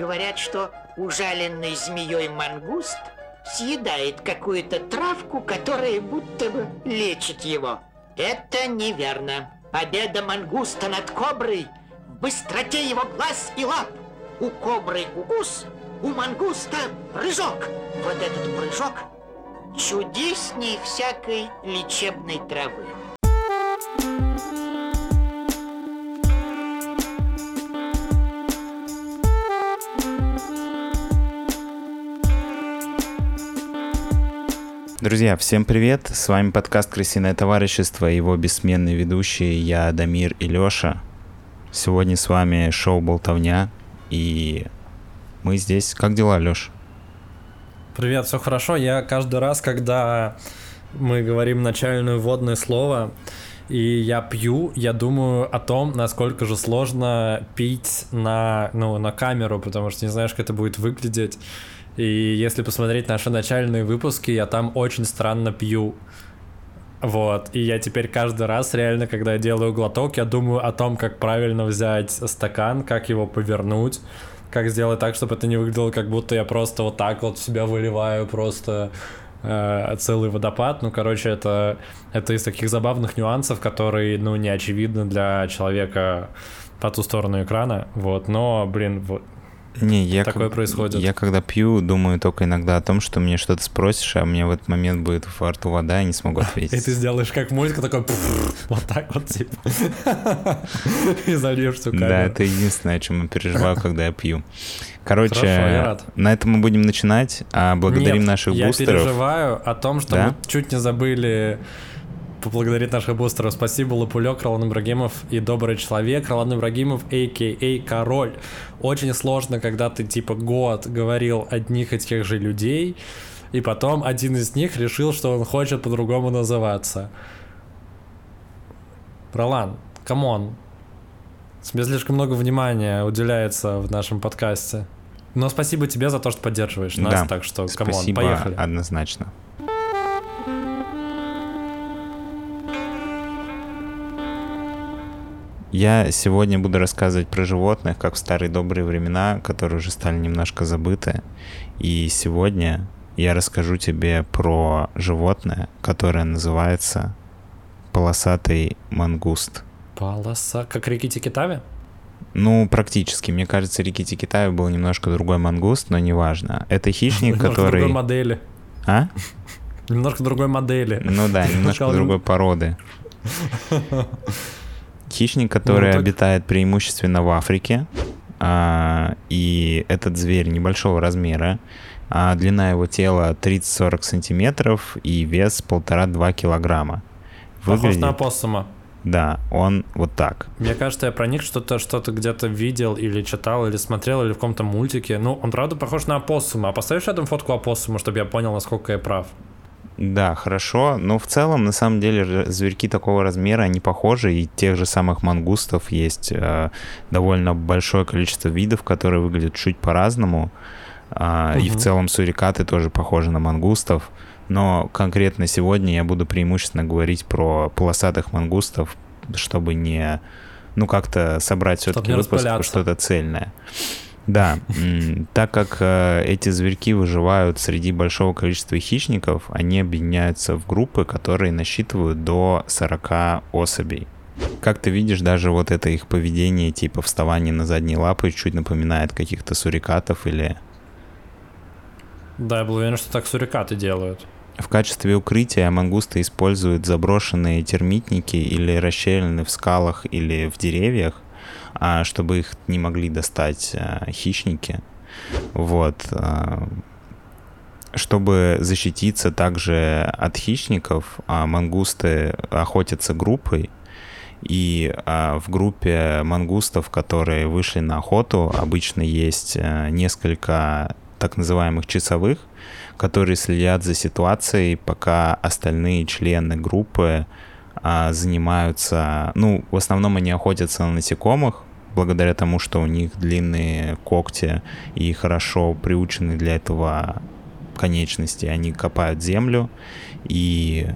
Говорят, что ужаленный змеей мангуст съедает какую-то травку, которая будто бы лечит его. Это неверно. Победа мангуста над коброй в быстроте его глаз и лап. У кобры укус, у мангуста прыжок. Вот этот прыжок чудесней всякой лечебной травы. Друзья, всем привет! С вами подкаст «Крысиное товарищество» и его бессменные ведущие я, Дамир и Лёша. Сегодня с вами шоу «Болтовня», и мы здесь. Как дела, Лёш? Привет, все хорошо. Я каждый раз, когда мы говорим начальное вводное слово, и я пью, я думаю о том, насколько же сложно пить на камеру, потому что не знаешь, как это будет выглядеть. И если посмотреть наши начальные выпуски, я там очень странно пью. Вот. И я теперь каждый раз, реально, когда я делаю глоток, я думаю о том, как правильно взять стакан, как его повернуть, как сделать так, чтобы это не выглядело, как будто я просто вот так вот в себя выливаю просто целый водопад. Это из таких забавных нюансов, которые, не очевидны для человека по ту сторону экрана. Вот. Но, такое происходит. Я когда пью, думаю только иногда о том, что мне что-то спросишь, а у меня в этот момент будет во рту вода, и не смогу ответить. И ты сделаешь как мультика, такой вот так вот типа. И зальешь всю камеру. Да, это единственное, о чем я переживаю, когда я пью. Короче, хорошо, я рад. На этом мы будем начинать. Благодарим наших бустеров. Я переживаю о том, что мы чуть не забыли поблагодарить наших бустеров. Спасибо, Лапулек, Ролан Ибрагимов и Добрый Человек. Ролан Ибрагимов, а.к.а. Король. Очень сложно, когда ты год говорил одних и тех же людей, и потом один из них решил, что он хочет по-другому называться. Ролан, камон. Тебе слишком много внимания уделяется в нашем подкасте. Но спасибо тебе за то, что поддерживаешь нас, так что, камон, спасибо, поехали. Однозначно. Я сегодня буду рассказывать про животных, как в старые добрые времена, которые уже стали немножко забыты. И сегодня я расскажу тебе про животное, которое называется полосатый мангуст. Полоса, как Рикки-Тикки-Тави? Практически. Мне кажется, Рикки-Тикки-Тави был немножко другой мангуст, но неважно. Это хищник, который... Немножко другой модели. А? Немножко другой модели. Немножко другой породы. Хищник, который обитает преимущественно в Африке, и этот зверь небольшого размера, длина его тела 30-40 сантиметров и вес 1,5-2 килограмма. Похож на опоссума. Да, он вот так. Мне кажется, я про них что-то где-то видел или читал, или смотрел, или в каком-то мультике. Он правда похож на опоссума. А поставишь рядом фотку опоссума, чтобы я понял, насколько я прав? Да, хорошо, но в целом, на самом деле, зверьки такого размера, они похожи, и тех же самых мангустов есть довольно большое количество видов, которые выглядят чуть по-разному, и в целом сурикаты тоже похожи на мангустов, но конкретно сегодня я буду преимущественно говорить про полосатых мангустов, чтобы не, как-то собрать все-таки выпуск что-то цельное. Да, так как эти зверьки выживают среди большого количества хищников, они объединяются в группы, которые насчитывают до 40 особей. Как ты видишь, даже вот это их поведение, типа вставание на задние лапы, чуть напоминает каких-то сурикатов или... Да, я был уверен, что так сурикаты делают. В качестве укрытия мангусты используют заброшенные термитники или расщелины в скалах или в деревьях, чтобы их не могли достать хищники. Вот. Чтобы защититься также от хищников, мангусты охотятся группой. И в группе мангустов, которые вышли на охоту, обычно есть несколько так называемых часовых, которые следят за ситуацией, пока остальные члены группы занимаются, в основном они охотятся на насекомых, благодаря тому, что у них длинные когти и хорошо приучены для этого конечности. Они копают землю и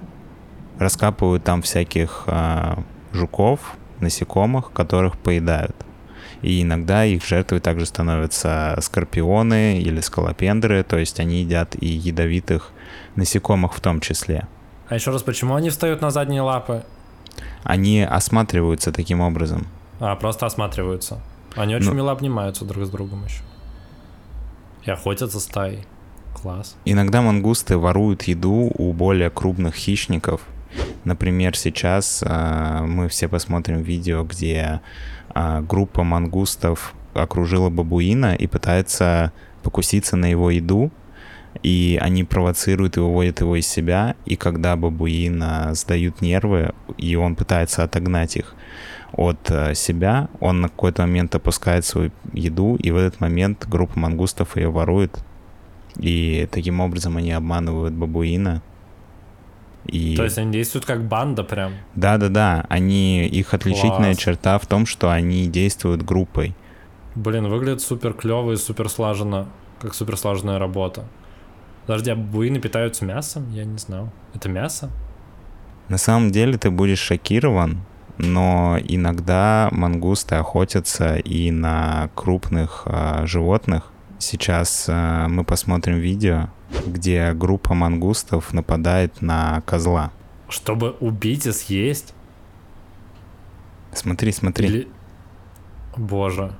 раскапывают там всяких жуков, насекомых, которых поедают. И иногда их жертвой также становятся скорпионы или скалопендры, то есть они едят и ядовитых насекомых в том числе. А еще раз, почему они встают на задние лапы? Они осматриваются таким образом. Просто осматриваются. Они очень мило обнимаются друг с другом еще. И охотятся стаей. Класс. Иногда мангусты воруют еду у более крупных хищников. Например, сейчас мы все посмотрим видео, где группа мангустов окружила бабуина и пытается покуситься на его еду. И они провоцируют и выводят его из себя. И когда бабуина сдают нервы, и он пытается отогнать их от себя, он на какой-то момент опускает свою еду, и в этот момент группа мангустов ее ворует. И таким образом они обманывают бабуина. И... То есть они действуют как банда прям? Да-да-да. Их отличительная черта в том, что они действуют группой. Блин, выглядит супер клево и супер слаженно. Как супер слаженная работа. Подожди, а бабуины питаются мясом? Я не знал. Это мясо? На самом деле ты будешь шокирован, но иногда мангусты охотятся и на крупных животных. Сейчас мы посмотрим видео, где группа мангустов нападает на козла. Чтобы убить и съесть? Смотри. Боже.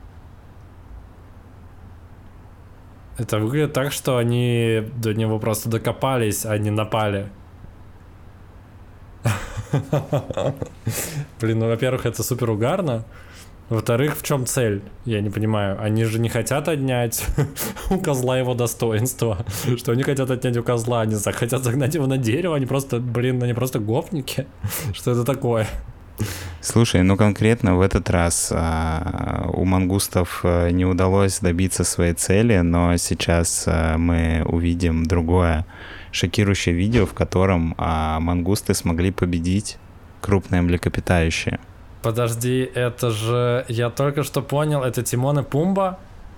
Это выглядит так, что они до него просто докопались, а не напали. Блин, во-первых, это супер угарно. Во-вторых, в чем цель? Я не понимаю. Они же не хотят отнять у козла его достоинство. Что они хотят отнять у козла? Они хотят загнать его на дерево? Они просто гопники? Что это такое? Слушай, конкретно в этот раз у мангустов не удалось добиться своей цели, но сейчас мы увидим другое шокирующее видео, в котором мангусты смогли победить крупное млекопитающее. Подожди, это же... Я только что понял, это Тимон и Пумба?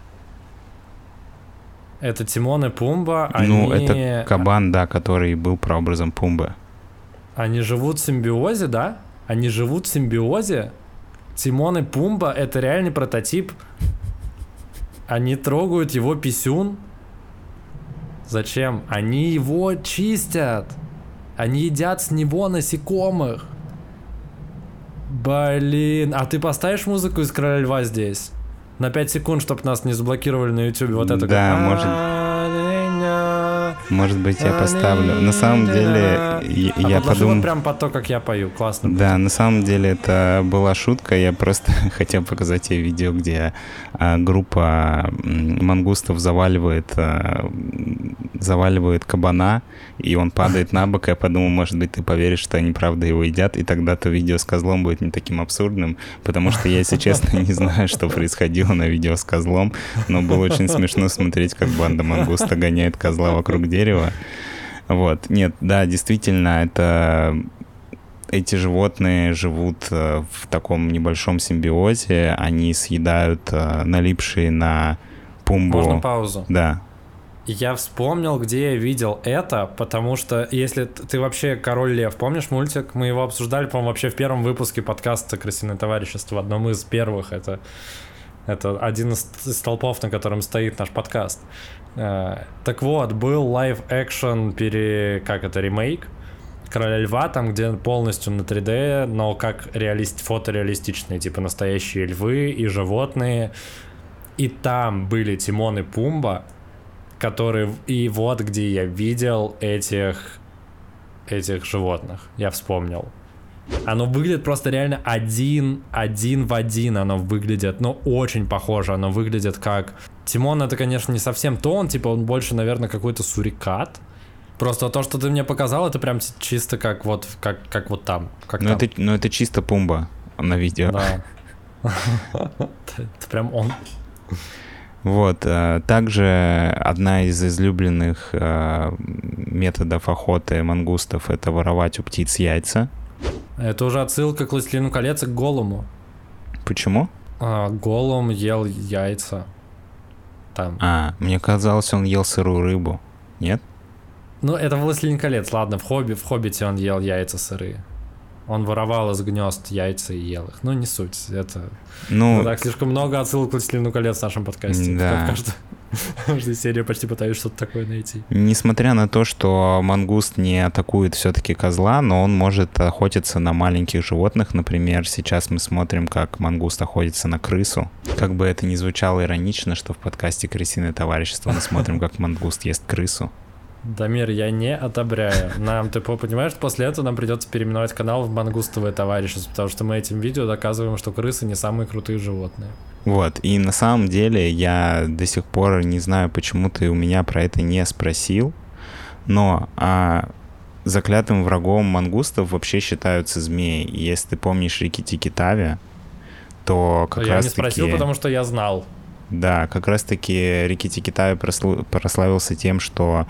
Это Тимон и Пумба, они... это кабан, да, который был прообразом Пумбы. Они живут в симбиозе, да? Они живут в симбиозе? Тимон и Пумба — это реальный прототип? Они трогают его писюн? Зачем? Они его чистят! Они едят с него насекомых! Блин, а ты поставишь музыку из Короля Льва здесь? На 5 секунд, чтобы нас не заблокировали на YouTube. Вот это. Да, может быть, я поставлю. На самом деле, я подумал... прям под то, как я пою. Классно. Да, на самом деле это была шутка. Я просто хотел показать тебе видео, где группа мангустов заваливает кабана, и он падает на бок. Я подумал, может быть, ты поверишь, что они правда его едят, и тогда то видео с козлом будет не таким абсурдным, потому что я, если честно, не знаю, что происходило на видео с козлом, но было очень смешно смотреть, как банда мангуста гоняет козла вокруг дерева. Вот. Нет, да, действительно, эти животные живут в таком небольшом симбиозе, они съедают налипшие на Пумбу. Можно паузу? Да. Я вспомнил, где я видел это, потому что если ты вообще Король Лев, помнишь мультик? Мы его обсуждали, по-моему, вообще в первом выпуске подкаста «Крысиное товарищество», в одном из первых. Это один из столпов, на котором стоит наш подкаст. Так вот, был лайв-экшен ремейк Короля Льва, там, где полностью на 3D, но как фотореалистичные, типа настоящие львы и животные. И там были Тимон и Пумба, которые... И вот где я видел этих животных. Я вспомнил. Оно выглядит просто реально один в один оно выглядит, но очень похоже. Оно выглядит как... Тимон — это, конечно, не совсем то, он больше, наверное, какой-то сурикат. Просто то, что ты мне показал, это прям чисто как вот там. Это чисто Пумба на видео. Да. Это прям он. Вот. Также одна из излюбленных методов охоты мангустов — это воровать у птиц яйца. Это уже отсылка к «Властелину колец» и к Голлуму. Почему? Голлум ел яйца. Там. Мне казалось, он ел сырую рыбу. Нет? Ну, это «Властелин колец», ладно, в «Хоббите» он ел яйца сырые. Он воровал из гнезд яйца и ел их. Ну, не суть. Это так слишком много отсылок к «Властелину колец» в нашем подкасте. Да. В каждой серии почти пытаюсь что-то такое найти. Несмотря на то, что мангуст не атакует все-таки козла, но он может охотиться на маленьких животных. Например, сейчас мы смотрим, как мангуст охотится на крысу. Как бы это ни звучало иронично, что в подкасте «Крысиное товарищество» мы смотрим, как мангуст ест крысу. Дамир, я не одобряю. Ты понимаешь, после этого нам придется переименовать канал в «Мангустовое товарищество», потому что мы этим видео доказываем, что крысы не самые крутые животные. Вот, и на самом деле я до сих пор не знаю, почему ты у меня про это не спросил, но заклятым врагом мангустов вообще считаются змеи. И если ты помнишь Рикки-Тикки-Тави, то как раз-таки... Я не спросил, потому что я знал. Да, как раз-таки Рикки-Тикки-Тави прославился тем, что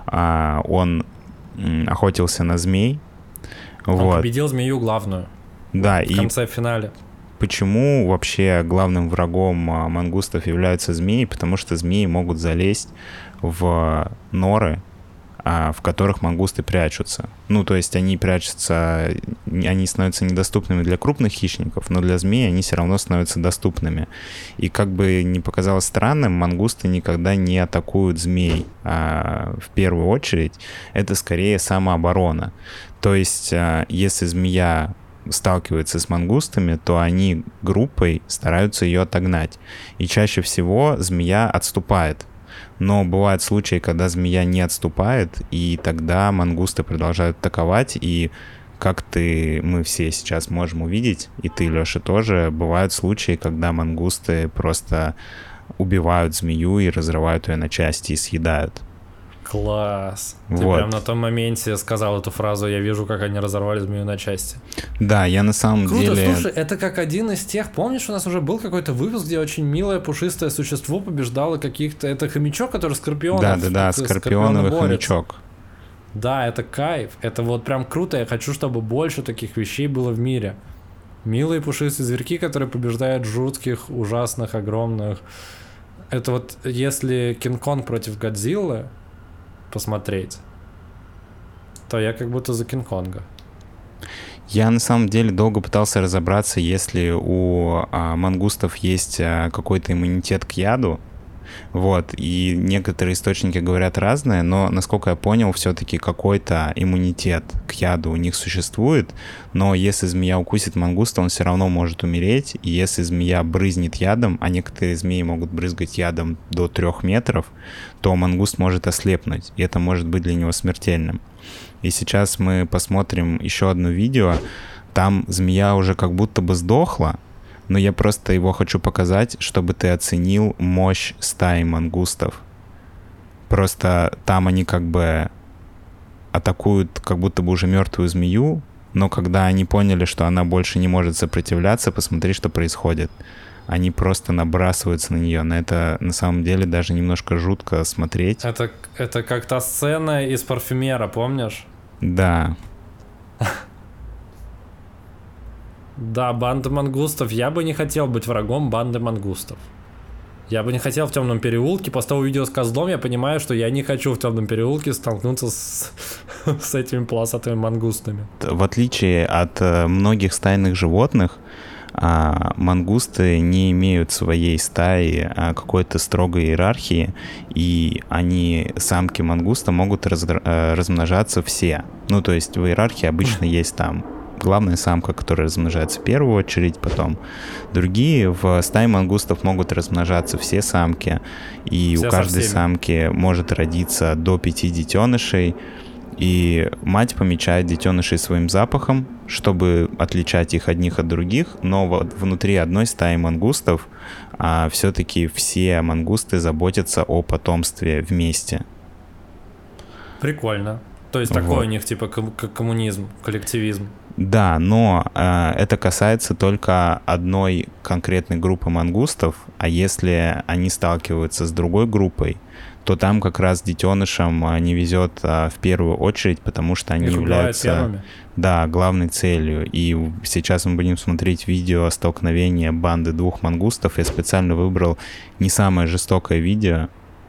он охотился на змей. Он победил змею главную. Да, в конце финале. Почему вообще главным врагом мангустов являются змеи? Потому что змеи могут залезть в норы, в которых мангусты прячутся. Ну, то есть они прячутся, они становятся недоступными для крупных хищников, но для змей они все равно становятся доступными. И как бы ни показалось странным, мангусты никогда не атакуют змей. В первую очередь это скорее самооборона. То есть если змея сталкивается с мангустами, то они группой стараются ее отогнать. И чаще всего змея отступает. Но бывают случаи, когда змея не отступает, и тогда мангусты продолжают атаковать, и как мы все сейчас можем увидеть, и ты, Леша, тоже, бывают случаи, когда мангусты просто убивают змею и разрывают ее на части и съедают. Класс. Вот. Ты прям на том моменте сказал эту фразу, я вижу, как они разорвали змею на части. Да, я на самом деле... Круто, слушай, это как один из тех, помнишь, у нас уже был какой-то выпуск, где очень милое пушистое существо побеждало каких-то... Это хомячок, который скорпионов... Да, скорпионовый хомячок. Да, это кайф, это вот прям круто, я хочу, чтобы больше таких вещей было в мире. Милые пушистые зверьки, которые побеждают жутких, ужасных, огромных. Это вот если Кинг-Конг против Годзиллы посмотреть, то я как будто за Кинг-Конга. Я на самом деле долго пытался разобраться, если у мангустов есть какой-то иммунитет к яду. Вот, и некоторые источники говорят разное, но, насколько я понял, все-таки какой-то иммунитет к яду у них существует, но если змея укусит мангуста, он все равно может умереть, и если змея брызнет ядом, а некоторые змеи могут брызгать ядом до 3 метров, то мангуст может ослепнуть, и это может быть для него смертельным. И сейчас мы посмотрим еще одно видео, там змея уже как будто бы сдохла, но я просто его хочу показать, чтобы ты оценил мощь стаи мангустов. Просто там они как бы атакуют как будто бы уже мертвую змею, но когда они поняли, что она больше не может сопротивляться, посмотри, что происходит. Они просто набрасываются на нее. На это на самом деле даже немножко жутко смотреть. Это как та сцена из «Парфюмера», помнишь? Да. Да, банда мангустов. Я бы не хотел быть врагом банды мангустов. Я бы не хотел в темном переулке. После того видео с козлом я понимаю, что я не хочу в темном переулке столкнуться с этими полосатыми мангустами. В отличие от многих стайных животных, мангусты не имеют своей стаи какой-то строгой иерархии, и самки мангуста могут размножаться все. Ну, то есть в иерархии обычно есть там главная самка, которая размножается в первую очередь, потом другие. В стае мангустов могут размножаться все самки, и все у каждой самки может родиться до 5 детенышей. И мать помечает детенышей своим запахом, чтобы отличать их одних от других, но вот внутри одной стаи мангустов все-таки все мангусты заботятся о потомстве вместе. Прикольно. То есть такой у них типа коммунизм, коллективизм. Да, но это касается только одной конкретной группы мангустов, а если они сталкиваются с другой группой, то там как раз детенышам не везет в первую очередь, потому что они являются главной целью. И сейчас мы будем смотреть видео столкновения банды 2 мангустов. Я специально выбрал не самое жестокое видео,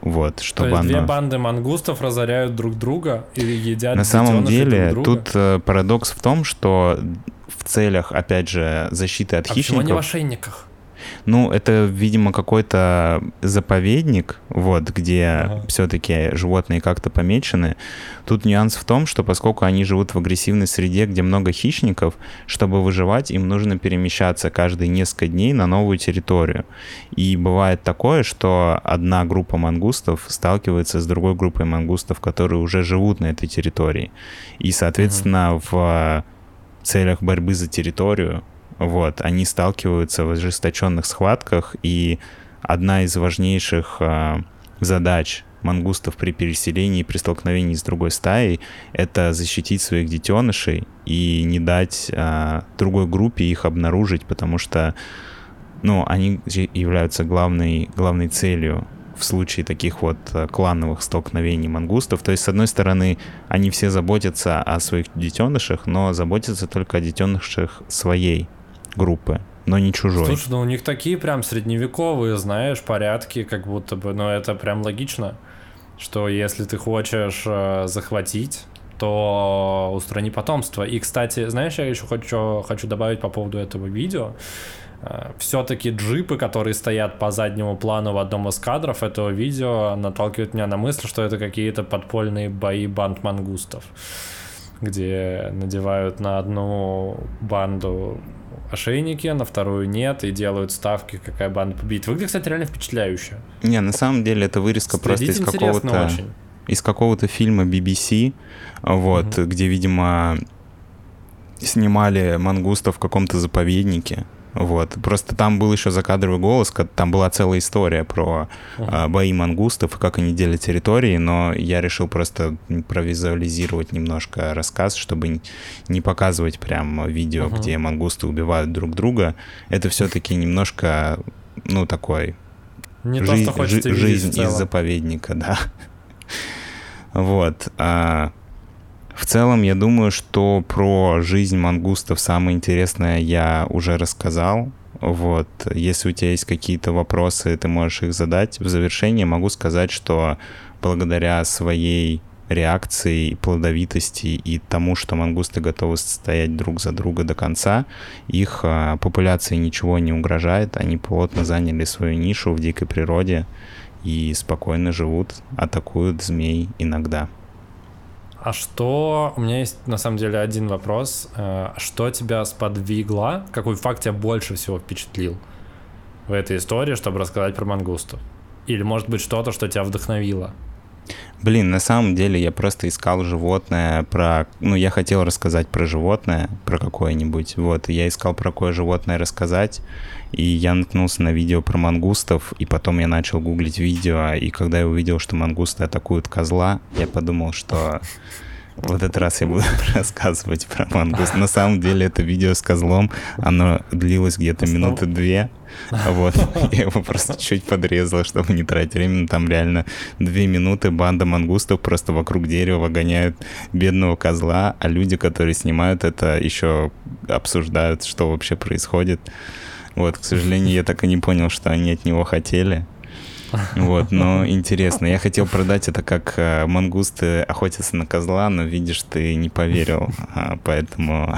вот, То чтобы есть две оно... банды мангустов разоряют друг друга и едят На самом детенышей деле, друг друга? тут парадокс в том, что в целях, опять же, защиты от А почему они в хищников... ошейниках? Ну, это, видимо, какой-то заповедник, вот, где все-таки животные как-то помечены. Тут нюанс в том, что поскольку они живут в агрессивной среде, где много хищников, чтобы выживать, им нужно перемещаться каждые несколько дней на новую территорию. И бывает такое, что одна группа мангустов сталкивается с другой группой мангустов, которые уже живут на этой территории. И, соответственно, в целях борьбы за территорию вот, они сталкиваются в ожесточенных схватках, и одна из важнейших задач мангустов при переселении, при столкновении с другой стаей — это защитить своих детенышей и не дать другой группе их обнаружить, потому что, ну, они являются главной целью в случае таких вот клановых столкновений мангустов. То есть, с одной стороны, они все заботятся о своих детенышах, но заботятся только о детенышах своей группы, но не чужой. Слушай, ну у них такие прям средневековые, знаешь, порядки, как будто бы, но это прям логично, что если ты хочешь захватить, то устрани потомство. И, кстати, знаешь, я еще хочу добавить по поводу этого видео. Все-таки джипы, которые стоят по заднему плану в одном из кадров этого видео, наталкивают меня на мысль, что это какие-то подпольные бои банд мангустов, где надевают на одну банду ошейники, на вторую нет, и делают ставки, какая банда победит. Выглядит, кстати, реально впечатляюще. Не, на самом деле это вырезка просто из какого-то фильма BBC, вот, где, видимо, снимали мангустов в каком-то заповеднике. Вот. Просто там был еще закадровый голос, там была целая история про бои мангустов и как они делят территории, но я решил просто провизуализировать немножко рассказ, чтобы не показывать прям видео, где мангусты убивают друг друга. Это все-таки немножко, ну, такой... Не то, что хочется видеть жизнь из заповедника, да. Вот. В целом, я думаю, что про жизнь мангустов самое интересное я уже рассказал. Вот. Если у тебя есть какие-то вопросы, ты можешь их задать. В завершение могу сказать, что благодаря своей реакции, плодовитости и тому, что мангусты готовы стоять друг за друга до конца, их популяции ничего не угрожает. Они плотно заняли свою нишу в дикой природе и спокойно живут, атакуют змей иногда. А что... У меня есть, на самом деле, один вопрос. Что тебя сподвигло? Какой факт тебя больше всего впечатлил в этой истории, чтобы рассказать про мангустов? Или, может быть, что-то, что тебя вдохновило? Блин, на самом деле я просто искал животное я хотел рассказать про животное, про какое-нибудь, вот, и я искал про какое животное рассказать, и я наткнулся на видео про мангустов, и потом я начал гуглить видео, и когда я увидел, что мангусты атакуют козла, я подумал, что в этот раз я буду рассказывать про мангуст. На самом деле это видео с козлом, оно длилось где-то минуты 2. Вот, я его просто чуть подрезал, чтобы не тратить время. Там реально 2 минуты банда мангустов просто вокруг дерева гоняют бедного козла, а люди, которые снимают это, еще обсуждают, что вообще происходит. Вот, к сожалению, я так и не понял, что они от него хотели. Вот, но интересно. Я хотел продать это как мангусты охотятся на козла, но, видишь, ты не поверил, поэтому...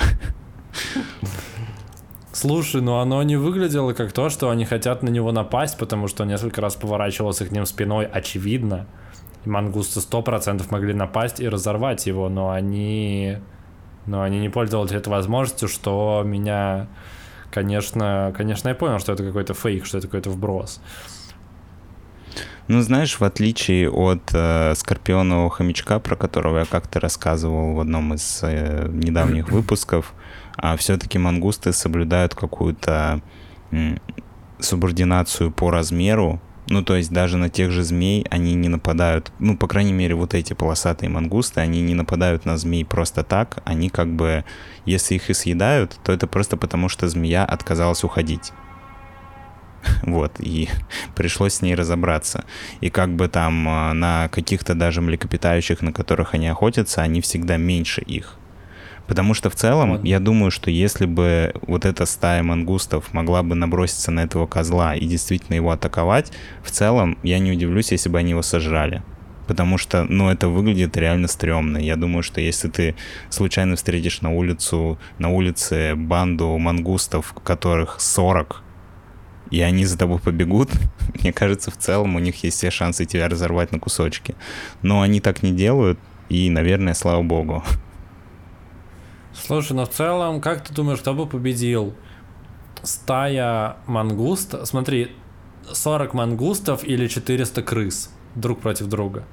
Слушай, ну оно не выглядело как то, что они хотят на него напасть, потому что несколько раз поворачивался к ним спиной, очевидно. И мангусты 100% могли напасть и разорвать его, но они не пользовались этой возможностью, что меня... Конечно, я понял, что это какой-то фейк, что это какой-то вброс. Ну, знаешь, в отличие от скорпионового хомячка, про которого я как-то рассказывал в одном из недавних выпусков, все-таки мангусты соблюдают какую-то субординацию по размеру. Ну, то есть даже на тех же змей они не нападают, ну, по крайней мере, вот эти полосатые мангусты, они не нападают на змей просто так, они как бы, если их и съедают, то это просто потому, что змея отказалась уходить. Вот, и пришлось с ней разобраться. И как бы там на каких-то даже млекопитающих, на которых они охотятся, они всегда меньше их. Потому что в целом, я думаю, что если бы вот эта стая мангустов могла бы наброситься на этого козла и действительно его атаковать, в целом я не удивлюсь, если бы они его сожрали. Потому что, ну, это выглядит реально стрёмно. Я думаю, что если ты случайно встретишь на улице банду мангустов, которых 40, и они за тобой побегут, мне кажется, в целом у них есть все шансы тебя разорвать на кусочки. Но они так не делают, и, наверное, слава богу. Слушай, но в целом, как ты думаешь, кто бы победил? Стая мангуст? Смотри, 40 мангустов или 400 крыс друг против друга?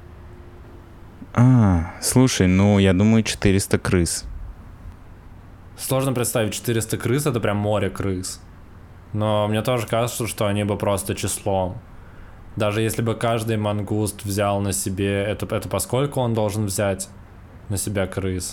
Слушай, ну, я думаю, 400 крыс. Сложно представить 400 крыс, это прям море крыс. Но мне тоже кажется, что они бы просто числом. Даже если бы каждый мангуст взял на себе... Это поскольку он должен взять на себя крыс?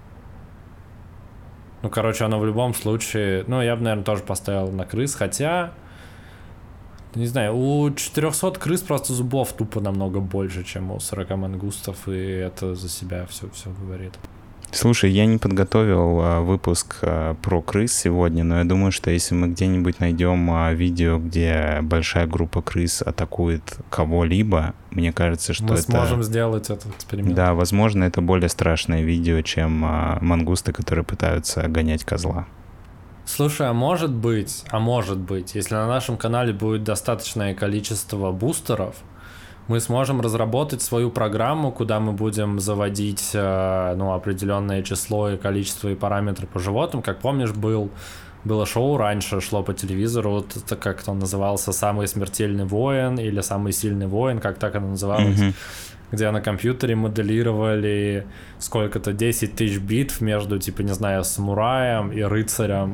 Ну, короче, оно в любом случае... Ну, я бы, наверное, тоже поставил на крыс, хотя... Не знаю, у 400 крыс просто зубов тупо намного больше, чем у 40 мангустов, и это за себя все говорит. Слушай, я не подготовил выпуск про крыс сегодня, но я думаю, что если мы где-нибудь найдем видео, где большая группа крыс атакует кого-либо, мне кажется, что мы сможем сделать этот эксперимент. Да, возможно, это более страшное видео, чем мангусты, которые пытаются гонять козла. Слушай, а может быть, если на нашем канале будет достаточное количество бустеров, мы сможем разработать свою программу, куда мы будем заводить определенное число и количество и параметры по животным. Как помнишь, было шоу раньше, шло по телевизору, вот это как-то он назывался «Самый смертельный воин» или «Самый сильный воин», как так оно называлось. Где на компьютере моделировали сколько-то 10 тысяч битв между, типа, не знаю, самураем и рыцарем,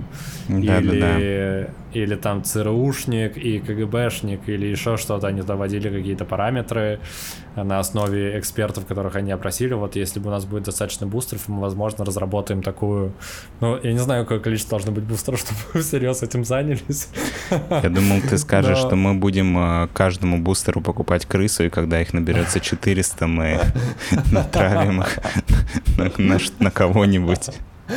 или там ЦРУшник и КГБшник, или еще что-то. Они доводили какие-то параметры на основе экспертов, которых они опросили. Вот если бы у нас будет достаточно бустеров, мы, возможно, разработаем такую... Ну, я не знаю, какое количество должно быть бустеров, чтобы мы всерьез этим занялись. Я думал, ты скажешь, что мы будем каждому бустеру покупать крысу, и когда их наберется 400, мы натравим их на кого-нибудь.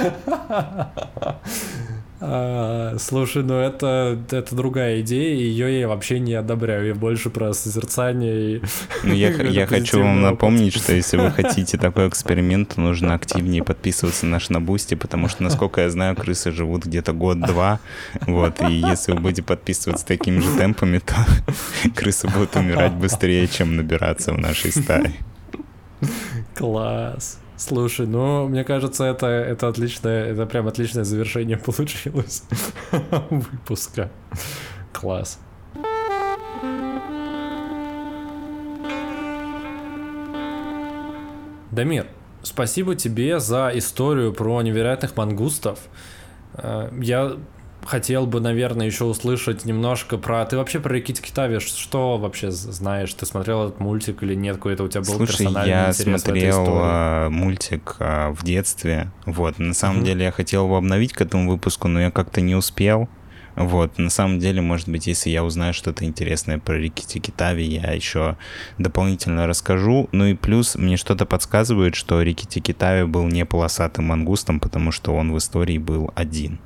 Слушай, ну это другая идея, и ее я вообще не одобряю. Я больше про созерцание. Ну, я хочу вам напомнить, что если вы хотите такой эксперимент, то нужно активнее подписываться на наш на Бусти, потому что, насколько я знаю, крысы живут где-то год-два. Вот, и если вы будете подписываться такими же темпами, то крысы будут умирать быстрее, чем набираться в нашей стае. Класс. Слушай, ну, мне кажется, это отличное, это прям отличное завершение получилось выпуска. Класс. Дамир, спасибо тебе за историю про невероятных мангустов. Я хотел бы, наверное, еще услышать немножко про... Ты вообще про Рикки-Тикки-Тави что вообще знаешь? Ты смотрел этот мультик или нет? Какой-то у тебя был персональный интерес в этой истории? Слушай, я смотрел мультик в детстве. Вот, на самом деле я хотел его обновить к этому выпуску, но я как-то не успел. Вот, на самом деле, может быть, если я узнаю что-то интересное про Рикки-Тикки-Тави, я еще дополнительно расскажу. Ну и плюс мне что-то подсказывает, что Рикки-Тикки-Тави был не полосатым мангустом, потому что он в истории был один.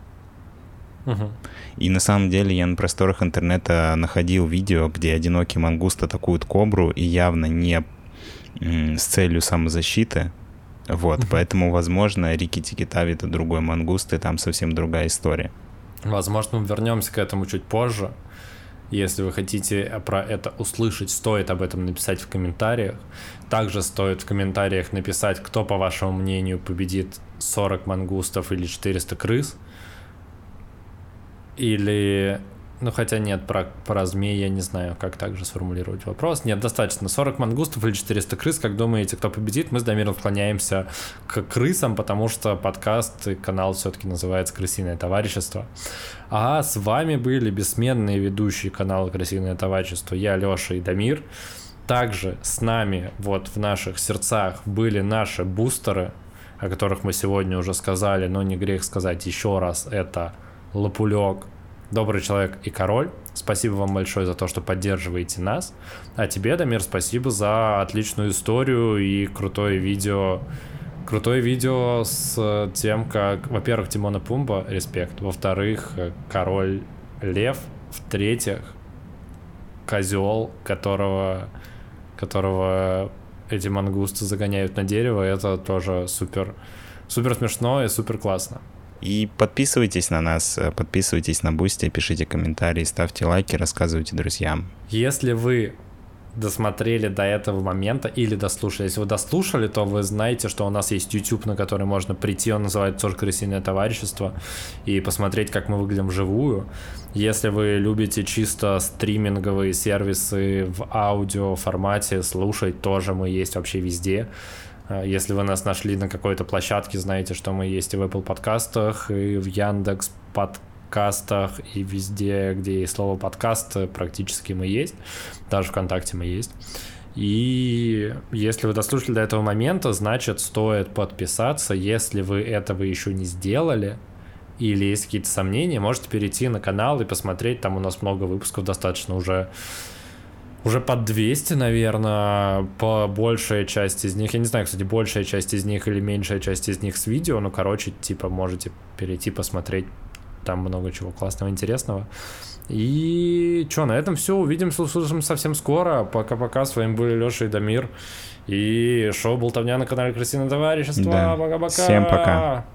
И на самом деле я на просторах интернета находил видео, где одинокий мангуст атакует кобру, и явно не с целью самозащиты. Вот, поэтому, возможно, Рикки-Тикки-Тави — это другой мангуст, и там совсем другая история. Возможно, мы вернемся к этому чуть позже. Если вы хотите про это услышать, стоит об этом написать в комментариях. Также стоит в комментариях написать, кто, по вашему мнению, победит 40 мангустов или 400 крыс. Или... Ну, хотя нет, про змей я не знаю, как также сформулировать вопрос. Нет, достаточно. 40 мангустов или 400 крыс, как думаете, кто победит? Мы с Дамиром склоняемся к крысам, потому что подкаст и канал все-таки называется «Крысиное товарищество». А с вами были бессменные ведущие канала «Крысиное товарищество». Я, Леша и Дамир. Также с нами вот в наших сердцах были наши бустеры, о которых мы сегодня уже сказали, но не грех сказать еще раз. Это Лопулек, Добрый человек и Король. Спасибо вам большое за то, что поддерживаете нас. А тебе, Дамир, спасибо за отличную историю и крутое видео Крутое видео с тем, как, во-первых, Тимон и Пумба, респект, во-вторых, Король Лев, в-третьих, козел, которого эти мангусты загоняют на дерево, это тоже супер смешно и супер классно. И подписывайтесь на нас, подписывайтесь на Бусти, пишите комментарии, ставьте лайки, рассказывайте друзьям. Если вы досмотрели до этого момента или дослушали. Если вы дослушали, то вы знаете, что у нас есть YouTube, на который можно прийти, он называется тоже «Крысиное товарищество», и посмотреть, как мы выглядим вживую. Если вы любите чисто стриминговые сервисы в аудио формате, слушать тоже мы есть вообще везде. Если вы нас нашли на какой-то площадке, знаете, что мы есть и в Apple подкастах, и в Яндекс подкастах, и везде, где есть слово подкаст, практически мы есть. Даже ВКонтакте мы есть. И если вы дослушали до этого момента, значит, стоит подписаться. Если вы этого еще не сделали, или есть какие-то сомнения, можете перейти на канал и посмотреть. Там у нас много выпусков, достаточно уже под 200, наверное, по большая часть из них. Я не знаю, кстати, большая часть из них или меньшая часть из них с видео, но, короче, типа, можете перейти, посмотреть. Там много чего классного, интересного. И что, на этом все. Увидимся, услышимся совсем скоро. Пока-пока. С вами были Леша и Дамир. И шоу «Болтовня» на канале «Крысиное товарищество». Да. Пока-пока. Всем пока.